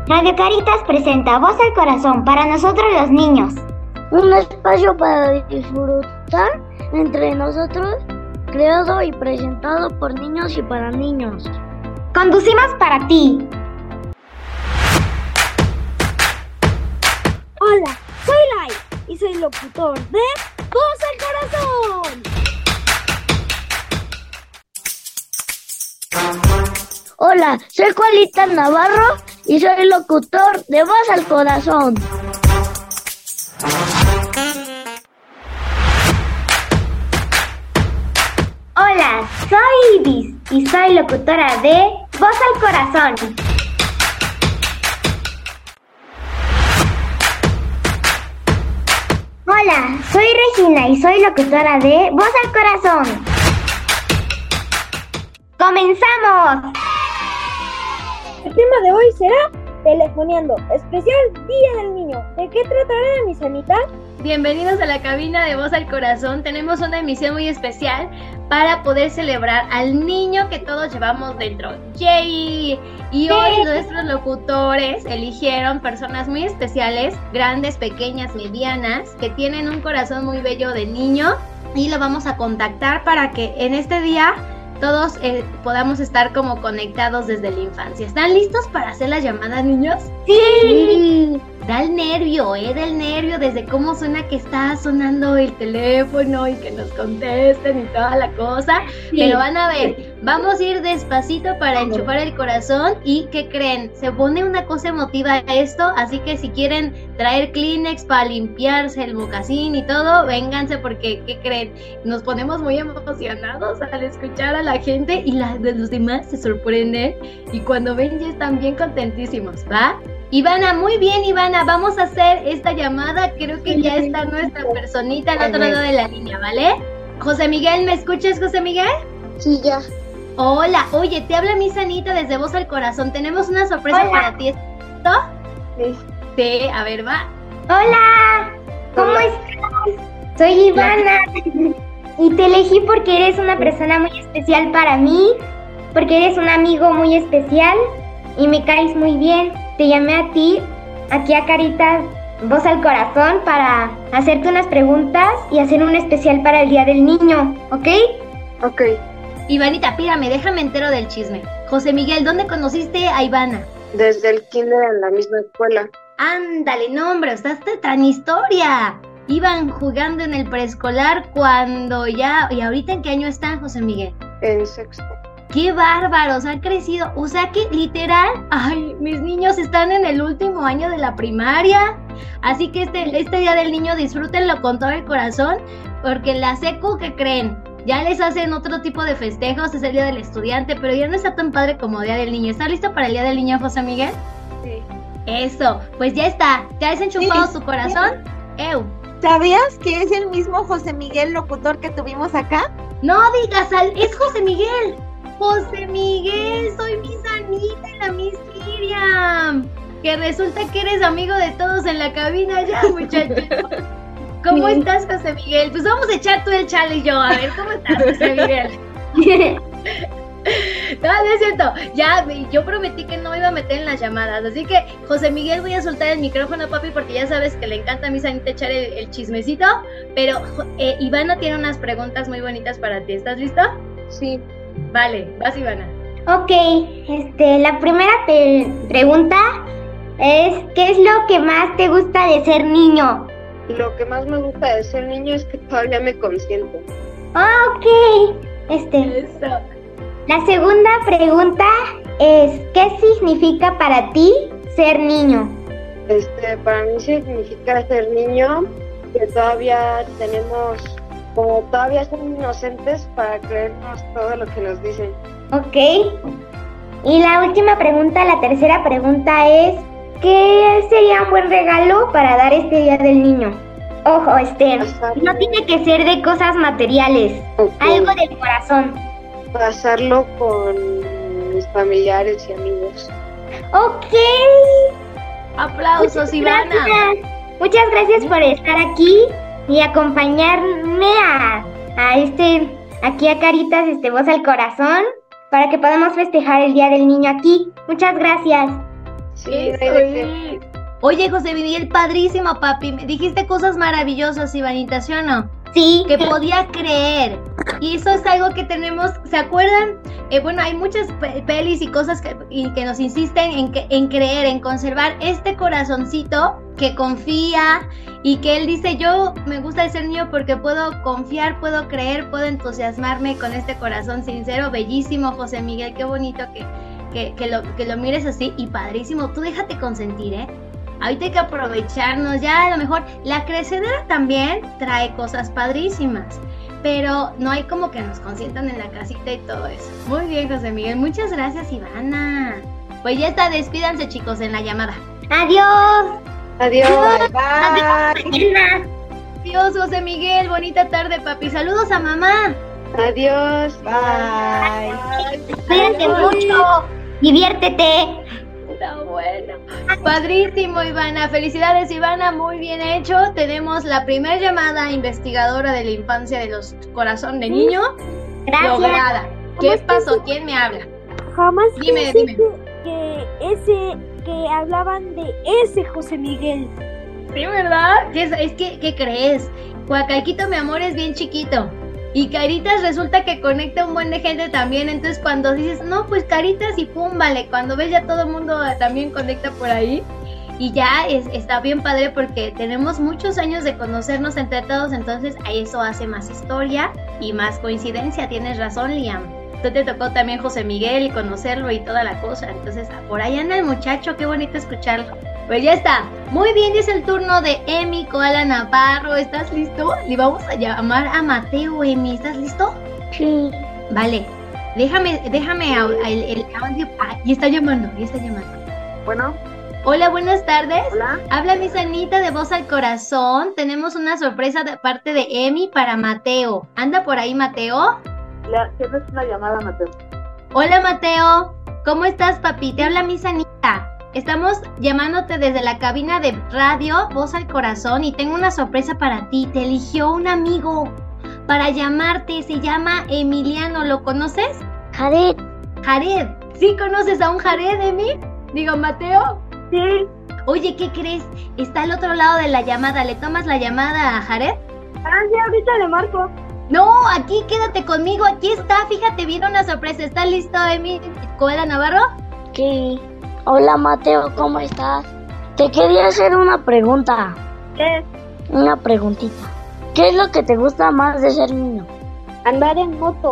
Radio Caritas presenta Voz al Corazón para nosotros los niños. Un espacio para disfrutar entre nosotros, creado y presentado por niños y para niños. Conducimos para ti. Hola, soy Lai y soy locutor de Voz al Corazón. Hola, soy Juanita Navarro y soy locutor de Voz al Corazón. Hola, soy Ibis y soy locutora de Voz al Corazón. Hola, soy Regina y soy locutora de Voz al Corazón. ¡Comenzamos! El tema de hoy será Telefoneando, especial Día del Niño. ¿De qué tratará, mi Sanita? Bienvenidos a la cabina de Voz al Corazón. Tenemos una emisión muy especial para poder celebrar al niño que todos llevamos dentro. ¡Yay! Y hoy nuestros locutores eligieron personas muy especiales, grandes, pequeñas, medianas, que tienen un corazón muy bello de niño, y lo vamos a contactar para que en este día todos podamos estar como conectados desde la infancia. ¿Están listos para hacer la llamada, niños? ¡Sí! Da el nervio, del nervio, desde cómo suena que está sonando el teléfono y que nos contesten y toda la cosa. Sí. Pero van a ver, vamos a ir despacito para enchufar el corazón. Y ¿qué creen? Se pone una cosa emotiva esto, así que si quieren traer Kleenex para limpiarse el mocasín y todo, vénganse, porque ¿qué creen? Nos ponemos muy emocionados al escuchar a la gente y los demás se sorprenden y cuando ven ya están bien contentísimos, ¿va? Ivana, muy bien, Ivana, vamos a hacer esta llamada. Creo que ya está nuestra personita al otro lado de la línea, ¿vale? José Miguel, ¿me escuchas, José Miguel? Sí, ya. Hola, oye, te habla mi Sanita desde Voz al Corazón. Tenemos una sorpresa para ti, ¿esto? Sí. Sí, a ver, va. Hola, ¿cómo estás? Soy Ivana y te elegí porque eres una persona muy especial para mí, porque eres un amigo muy especial y me caes muy bien. Te llamé a ti, aquí a Caritas, Voz al Corazón, para hacerte unas preguntas y hacer un especial para el Día del Niño, ¿ok? Ok. Ivanita, pírame, déjame entero del chisme. José Miguel, ¿dónde conociste a Ivana? Desde el kinder en la misma escuela. Ándale, no hombre, usaste tan historia. Iban jugando en el preescolar cuando ya... ¿Y ahorita en qué año están, José Miguel? En sexto. ¡Qué bárbaros! Han crecido. O sea que literal, ay, mis niños están en el último año de la primaria. Así que este Día del Niño disfrútenlo con todo el corazón, porque en la secu, ¿qué creen? Ya les hacen otro tipo de festejos, es el Día del Estudiante, pero ya no está tan padre como Día del Niño. ¿Estás listo para el Día del Niño, José Miguel? Sí. Eso, pues ya está. ¿Ya has enchufado tu corazón? ¡Eu! ¿Sabías que es el mismo José Miguel locutor que tuvimos acá? No digas, es José Miguel. José Miguel, soy Miss Anita y la Miss Miriam. Que resulta que eres amigo de todos en la cabina ya, muchachos. ¿Cómo estás, José Miguel? Pues vamos a echar tú el chale y yo. A ver, ¿cómo estás, José Miguel? No es cierto. Ya, yo prometí que no me iba a meter en las llamadas. Así que, José Miguel, voy a soltar el micrófono, papi, porque ya sabes que le encanta a Miss Anita echar el chismecito. Pero Ivana tiene unas preguntas muy bonitas para ti. ¿Estás listo? Sí. Vale, vas, Ivana. Ok, la primera pregunta es, ¿qué es lo que más te gusta de ser niño? Lo que más me gusta de ser niño es que todavía me consiento. Ok, Eso. La segunda pregunta es, ¿qué significa para ti ser niño? Para mí significa ser niño, que todavía todavía son inocentes para creernos todo lo que nos dicen. Ok. Y la última pregunta, la tercera pregunta es, ¿qué sería un buen regalo para dar este Día del Niño? Ojo, no tiene que ser de cosas materiales, algo del corazón. Pasarlo con mis familiares y amigos. Ok. Aplausos, Ivana. Muchas gracias por estar aquí y acompañarme aquí a Caritas, Voz al Corazón, para que podamos festejar el Día del Niño aquí. Muchas gracias. Sí, Eso no hay de qué. es. Oye, José Miguel, padrísimo, papi. Me dijiste cosas maravillosas, Ivanita, ¿sí o no? Sí. Que podía creer. Y eso es algo que tenemos, ¿se acuerdan? Bueno, hay muchas pelis y cosas que nos insisten en creer, en conservar este corazoncito que confía y que él dice, yo me gusta ser niño porque puedo confiar, puedo creer, puedo entusiasmarme con este corazón sincero. Bellísimo, José Miguel, qué bonito que lo mires así y padrísimo. Tú déjate consentir, ¿eh? Ahorita hay que aprovecharnos, ya a lo mejor la crecedera también trae cosas padrísimas, pero no hay como que nos consientan en la casita y todo eso. Muy bien, José Miguel, muchas gracias, Ivana. Pues ya está, despídanse, chicos, en la llamada. Adiós. Adiós. Bye. Adiós, José Miguel, bonita tarde, papi. Saludos a mamá. Adiós. Bye. Cuídate mucho. Diviértete. Está bueno. Padrísimo, Ivana. Felicidades, Ivana. Muy bien hecho. Tenemos la primera llamada investigadora de la infancia de los corazón de niño. Gracias. Lograda. ¿Qué pasó? ¿Quién me habla? Jamás Dime, pensé dime. que hablaban de ese José Miguel. Sí, ¿verdad? ¿Qué crees? Huacalquito, mi amor, es bien chiquito. Y Caritas resulta que conecta un buen de gente también. Entonces cuando dices, no, pues Caritas y pum, vale. Cuando ves ya todo el mundo también conecta por ahí. Y ya está bien padre porque tenemos muchos años de conocernos entre todos. Entonces a eso hace más historia y más coincidencia. Tienes razón, Liam. Tú te tocó también José Miguel y conocerlo y toda la cosa. Entonces por ahí anda el muchacho. Qué bonito escucharlo. Pues ya está. Muy bien, es el turno de Emi Koala Navarro. ¿Estás listo? Le vamos a llamar a Mateo, Emi. ¿Estás listo? Sí. Vale. Déjame el audio. Ya está llamando. Bueno, Hola, buenas tardes. hola. Habla mi Sanita de Voz al Corazón. Tenemos una sorpresa de parte de Emi para Mateo. ¿Anda por ahí, Mateo? Tienes una llamada, Mateo. Hola, Mateo. ¿Cómo estás, papi? Te habla mi Sanita. Estamos llamándote desde la cabina de radio Voz al Corazón y tengo una sorpresa para ti. Te eligió un amigo para llamarte. Se llama Emiliano. ¿Lo conoces? Jared. Jared. ¿Sí conoces a un Jared, Emi? Digo, Mateo. Sí. Oye, ¿qué crees? Está al otro lado de la llamada. ¿Le tomas la llamada a Jared? Sí, ahorita le marco. No, aquí quédate conmigo. Aquí está. Fíjate, viene una sorpresa. ¿Está listo, Emi Koala Navarro? Sí. Hola Mateo, ¿cómo estás? Te quería hacer una pregunta. ¿Qué? Una preguntita. ¿Qué es lo que te gusta más de ser niño? Andar en moto.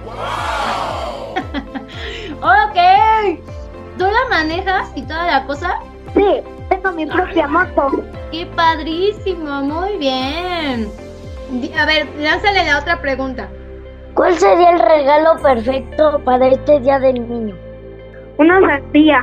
Ok. ¿Tú la manejas y toda la cosa? Sí, tengo mi propia moto. ¡Qué padrísimo! Muy bien. A ver, lánzale la otra pregunta. ¿Cuál sería el regalo perfecto para este Día del Niño? Una sandía.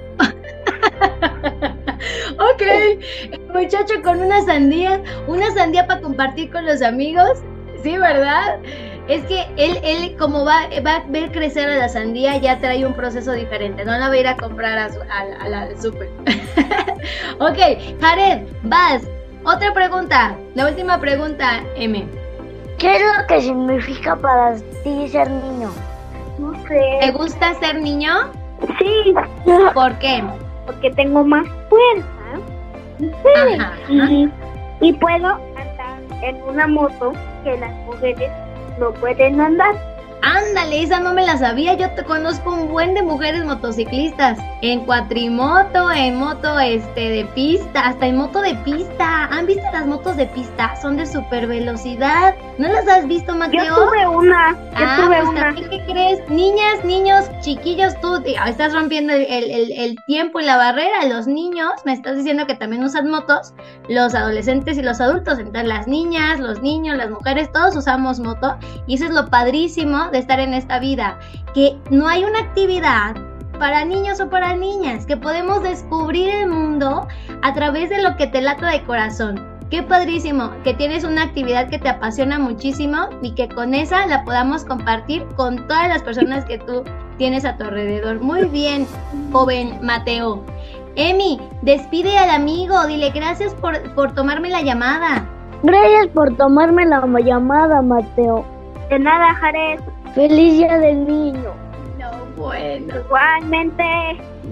Ok, el muchacho con una sandía para compartir con los amigos, sí, ¿verdad? Es que él como va a ver crecer a la sandía, ya trae un proceso diferente, no la va a ir a comprar al súper. Ok, Jared, vas. Otra pregunta, la última pregunta, M. ¿Qué es lo que significa para ti ser niño? No ¿Te sé. gusta ser niño? Sí, ¿Por qué? porque tengo más fuerza. Ajá. Y puedo andar en una moto que las mujeres no pueden andar. Ándale, esa no me la sabía. Yo te conozco un buen de mujeres motociclistas. En cuatrimoto, en moto de pista, hasta en moto de pista. ¿Han visto las motos de pista? Son de super velocidad. ¿No las has visto, Mateo? Yo tuve una. Pues también, ¿qué crees? Niñas, niños, chiquillos, tú estás rompiendo el tiempo y la barrera. Los niños, me estás diciendo que también usan motos, los adolescentes y los adultos. Entonces las niñas, los niños, las mujeres, todos usamos moto. Y eso es lo padrísimo de estar en esta vida, que no hay una actividad para niños o para niñas, que podemos descubrir el mundo a través de lo que te lata de corazón. Qué padrísimo que tienes una actividad que te apasiona muchísimo y que con esa la podamos compartir con todas las personas que tú tienes a tu alrededor. Muy bien, joven Mateo. Emi, despide al amigo, dile gracias por tomarme la llamada. Gracias por tomarme la llamada, Mateo. De nada, Jared. Feliz Día del Niño. No, bueno. Igualmente.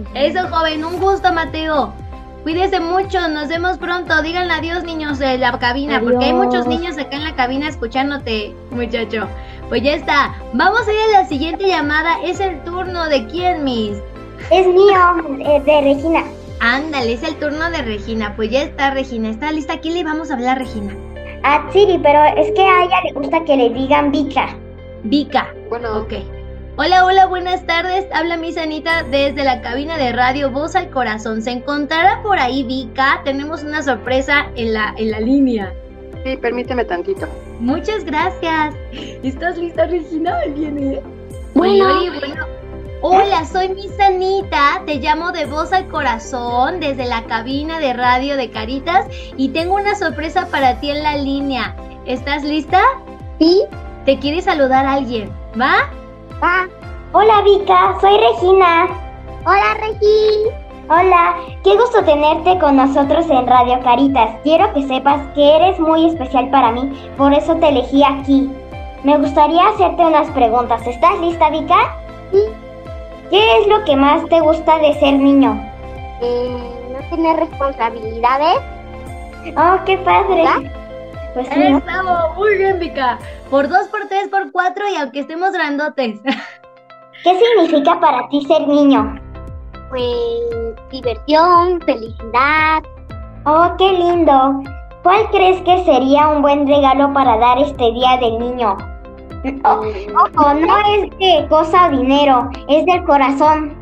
Eso, joven, un gusto, Mateo. Cuídese mucho, nos vemos pronto. Díganle adiós, niños de la cabina, porque hay muchos niños acá en la cabina escuchándote, muchacho. Pues ya está. Vamos a ir a la siguiente llamada. Es el turno de quién, Miss. Es mío, de Regina. Ándale, es el turno de Regina. Pues ya está, Regina. ¿Está lista? ¿A quién le vamos a hablar, Regina? A Siri, pero es que a ella le gusta que le digan Vika. Vika. Bueno, Ok. Hola, buenas tardes. Habla Miss Anita desde la cabina de radio Voz al Corazón. ¿Se encontrará por ahí Vika? Tenemos una sorpresa en la línea. sí, permíteme tantito. Muchas gracias. ¿Estás lista, Regina? Ahí viene. Bueno. Bueno. Hola, soy Miss Anita. Te llamo de Voz al Corazón desde la cabina de radio de Caritas y tengo una sorpresa para ti en la línea. ¿Estás lista? ¿Sí? Te quiere saludar a alguien, ¿va? Hola Vika, soy Regina. Hola Regi. Hola, qué gusto tenerte con nosotros en Radio Caritas. Quiero que sepas que eres muy especial para mí, por eso te elegí aquí. Me gustaría hacerte unas preguntas. ¿Estás lista, Vika? Sí. ¿Qué es lo que más te gusta de ser niño? No tener responsabilidades. Oh, qué padre. Pues sí, ¿no? Estamos muy bien, Vika. Por 2, por 3, por 4 y aunque estemos grandotes. ¿Qué significa para ti ser niño? Pues diversión, felicidad. Oh, qué lindo. ¿Cuál crees que sería un buen regalo para dar este día del niño? Ojo, no es de cosa o dinero, es del corazón.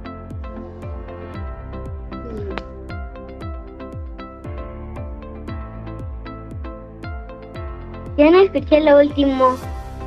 Yo no escuché lo último.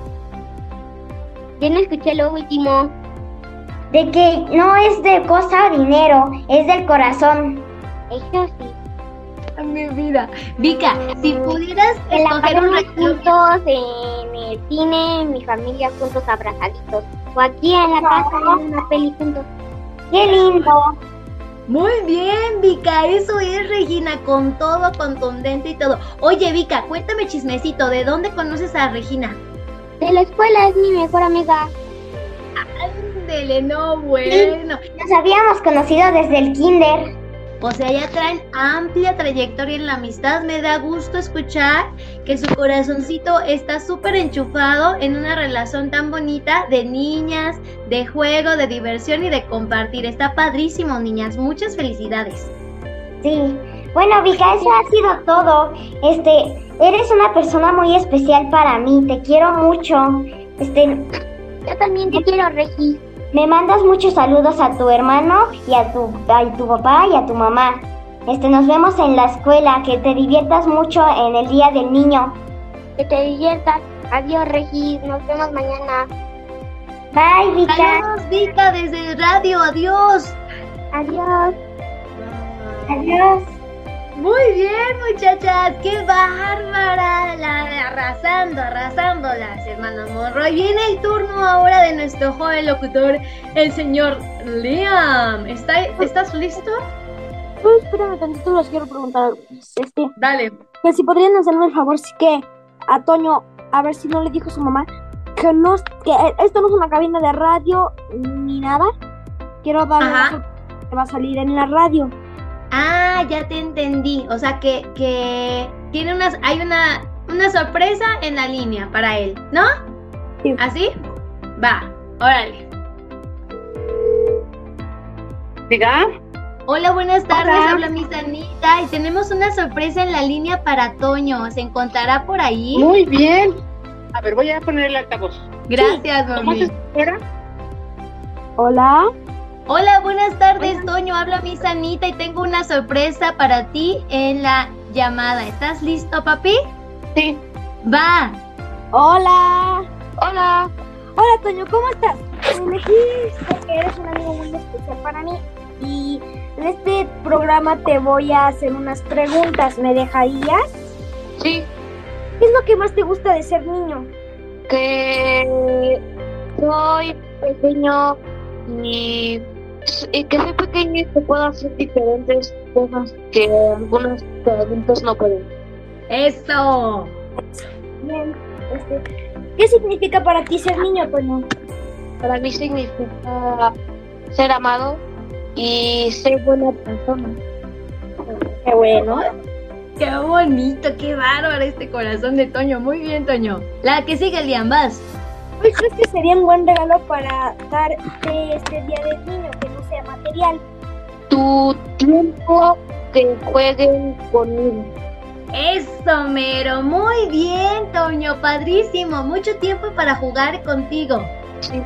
De que no es de cosa o dinero, es del corazón. Eso sí. Mi vida. Vika, si pudieras En la escoger un cama regalo. juntos, en el cine, mi familia juntos abrazaditos. O aquí en la casa en una peli juntos. ¡Qué lindo! Muy bien, Vika, eso es, Regina, con todo, contundente y todo. Oye, Vika, cuéntame chismecito, ¿de dónde conoces a Regina? De la escuela, es mi mejor amiga. Ándele, no, bueno. Nos habíamos conocido desde el kinder. O sea, ya traen amplia trayectoria en la amistad. Me da gusto escuchar que su corazoncito está súper enchufado en una relación tan bonita de niñas, de juego, de diversión y de compartir. Está padrísimo, niñas. Muchas felicidades. Sí. Bueno, Vika, eso ha sido todo. Eres una persona muy especial para mí. Te quiero mucho. Yo también te quiero, Regi. Me mandas muchos saludos a tu hermano y a tu papá y a tu mamá. Nos vemos en la escuela. Que te diviertas mucho en el Día del Niño. Que te diviertas. Adiós, Regi. Nos vemos mañana. Bye, Vika. Saludos, Vika, desde el radio. Adiós. Adiós. Adiós. Muy bien, muchachas, qué bárbara, arrasando las hermanas Monroy. Viene el turno ahora de nuestro joven locutor, el señor Liam. ¿Estás listo? Espérame tantito, los quiero preguntar. Dale. Que si podrían hacerme el favor, sí que a Toño, a ver si no le dijo a su mamá que esto no es una cabina de radio ni nada. Quiero darle que va a salir en la radio. Ah, ya te entendí. O sea que tiene hay una sorpresa en la línea para él, ¿no? Sí. ¿Así? Va, órale. ¿Diga? Hola, buenas tardes, Hola. habla Miss Anita y tenemos una sorpresa en la línea para Toño. ¿Se encontrará por ahí? Muy bien. A ver, voy a poner el altavoz. Gracias, ¿Cómo mami. se espera? Hola. Hola, buenas tardes, Toño. Habla Miss Anita y tengo una sorpresa para ti en la llamada. ¿Estás listo, papi? Sí. Va. Hola. Hola. Hola, Toño, ¿cómo estás? Me dijiste que eres un amigo muy especial para mí y en este programa te voy a hacer unas preguntas. ¿Me dejarías? Sí. ¿Qué es lo que más te gusta de ser niño? Que soy pequeño y que soy pequeño y que puedo hacer diferentes cosas que algunos adultos no pueden. Eso. Bien. ¿Qué significa para ti ser niño, Toño? Para mí significa ser amado y ser buena persona. Qué bueno. Qué bonito, qué bárbaro este corazón de Toño. Muy bien, Toño. La que sigue, Liam, vas. ¿Cuál crees que sería un buen regalo para dar de este día del niño que no sea material? Tu tiempo que jueguen conmigo. Eso, mero. Muy bien, Toño. Padrísimo. Mucho tiempo para jugar contigo. Sí.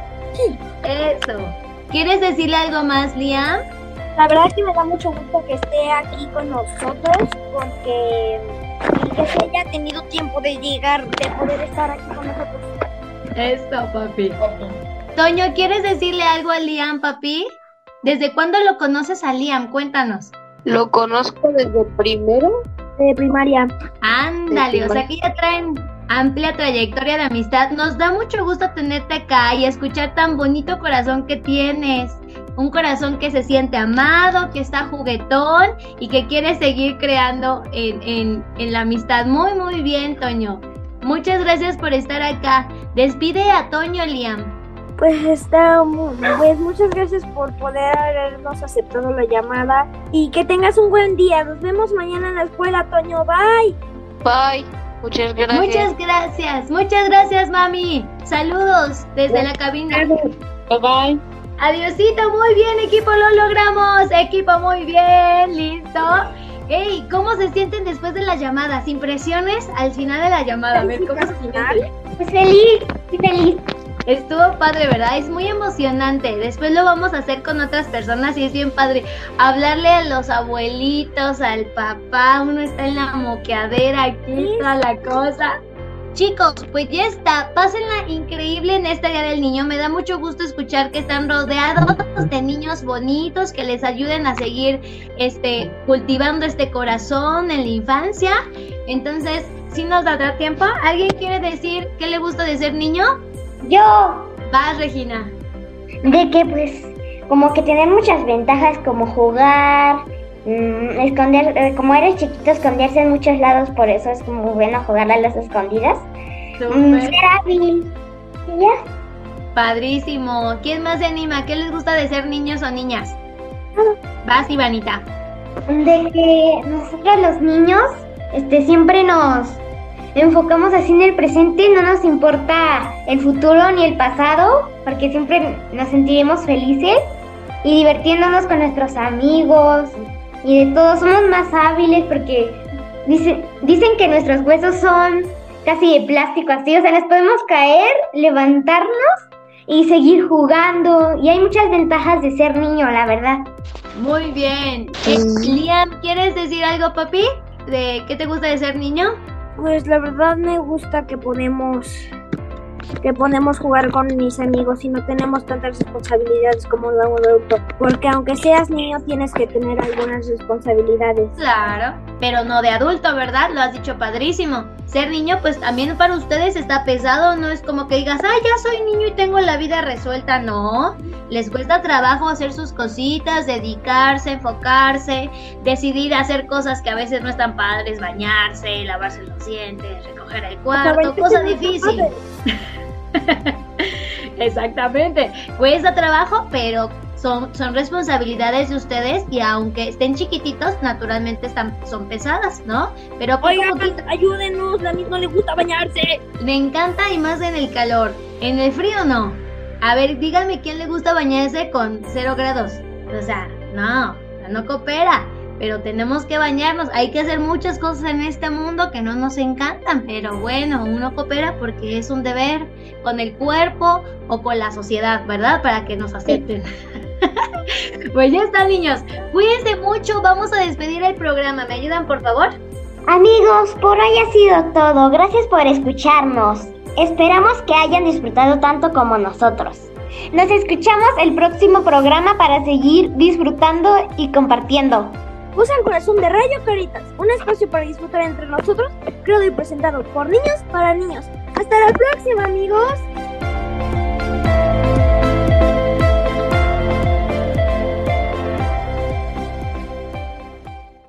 Eso. ¿Quieres decirle algo más, Liam? La verdad es que me da mucho gusto que esté aquí con nosotros porque que se haya tenido tiempo de llegar, de poder estar aquí con nosotros. Eso, papi. Toño, ¿quieres decirle algo a Liam, papi? ¿Desde cuándo lo conoces a Liam? Cuéntanos. Lo conozco desde primero. De primaria. Ándale, o sea que ya traen amplia trayectoria de amistad. Nos da mucho gusto tenerte acá y escuchar tan bonito corazón que tienes. Un corazón que se siente amado, que está juguetón y que quiere seguir creando en la amistad. Muy, muy bien, Toño. Muchas gracias por estar acá. Despide a Toño, Liam. Pues muchas gracias por poder habernos aceptado la llamada y que tengas un buen día. Nos vemos mañana en la escuela, Toño. Bye. Bye. Muchas gracias. Muchas gracias. Muchas gracias, mami. Saludos desde la cabina. Bye bye. Adiosito, muy bien, equipo, lo logramos. Equipo, muy bien, listo. Hey, ¿cómo se sienten después de las llamadas? Impresiones al final de la llamada. A ver, ¿cómo se sienten? Pues feliz, muy feliz. Estuvo padre, ¿verdad? Es muy emocionante. Después lo vamos a hacer con otras personas y es bien padre. Hablarle a los abuelitos, al papá. Uno está en la moqueadera, aquí está la cosa. Chicos, pues ya está. Pásenla increíble en este Día del Niño. Me da mucho gusto escuchar que están rodeados de niños bonitos que les ayuden a seguir cultivando este corazón en la infancia. Entonces, ¿sí nos dará tiempo? ¿Alguien quiere decir qué le gusta de ser niño? Yo, Vas, Regina. de que pues como que tener muchas ventajas como jugar, esconder, como eres chiquito, esconderse en muchos lados, por eso es como bueno jugar a las escondidas. Súper. Ser hábil. Y ya. Padrísimo. ¿Quién más se anima? ¿Qué les gusta de ser niños o niñas? Vas, Ivanita. De que nosotros los niños siempre nos enfocamos así en el presente, no nos importa el futuro ni el pasado, porque siempre nos sentiremos felices y divirtiéndonos con nuestros amigos y de todo. Somos más hábiles porque dicen que nuestros huesos son casi de plástico así, o sea, nos podemos caer, levantarnos y seguir jugando, y hay muchas ventajas de ser niño, la verdad. Muy bien. Liam, ¿quieres decir algo, papi? ¿De qué te gusta de ser niño? Pues la verdad me gusta que podemos jugar con mis amigos y no tenemos tantas responsabilidades como un adulto, porque aunque seas niño tienes que tener algunas responsabilidades. Claro, pero no de adulto, ¿verdad? Lo has dicho padrísimo. Ser niño, pues también para ustedes está pesado, no es como que digas, ya soy niño y tengo la vida resuelta, no. Les cuesta trabajo hacer sus cositas, dedicarse, enfocarse, decidir hacer cosas que a veces no están padres, bañarse, lavarse los dientes, recoger el cuarto, cosa difícil. Exactamente, cuesta trabajo, pero son responsabilidades de ustedes y aunque estén chiquititos, naturalmente son pesadas, ¿no? Pero oigan, ayúdenos, a mí no le gusta bañarse. Me encanta y más en el calor, en el frío no. A ver, díganme quién le gusta bañarse con 0 grados. O sea, no coopera. Pero tenemos que bañarnos, hay que hacer muchas cosas en este mundo que no nos encantan, pero bueno, uno coopera porque es un deber con el cuerpo o con la sociedad, ¿verdad? Para que nos acepten. Pues ya está, niños, cuídense mucho, vamos a despedir el programa, ¿me ayudan por favor? Amigos, por hoy ha sido todo, gracias por escucharnos. Esperamos que hayan disfrutado tanto como nosotros. Nos escuchamos el próximo programa para seguir disfrutando y compartiendo. Usa el corazón de Radio Caritas, un espacio para disfrutar entre nosotros, creado y presentado por niños para niños. Hasta la próxima, amigos.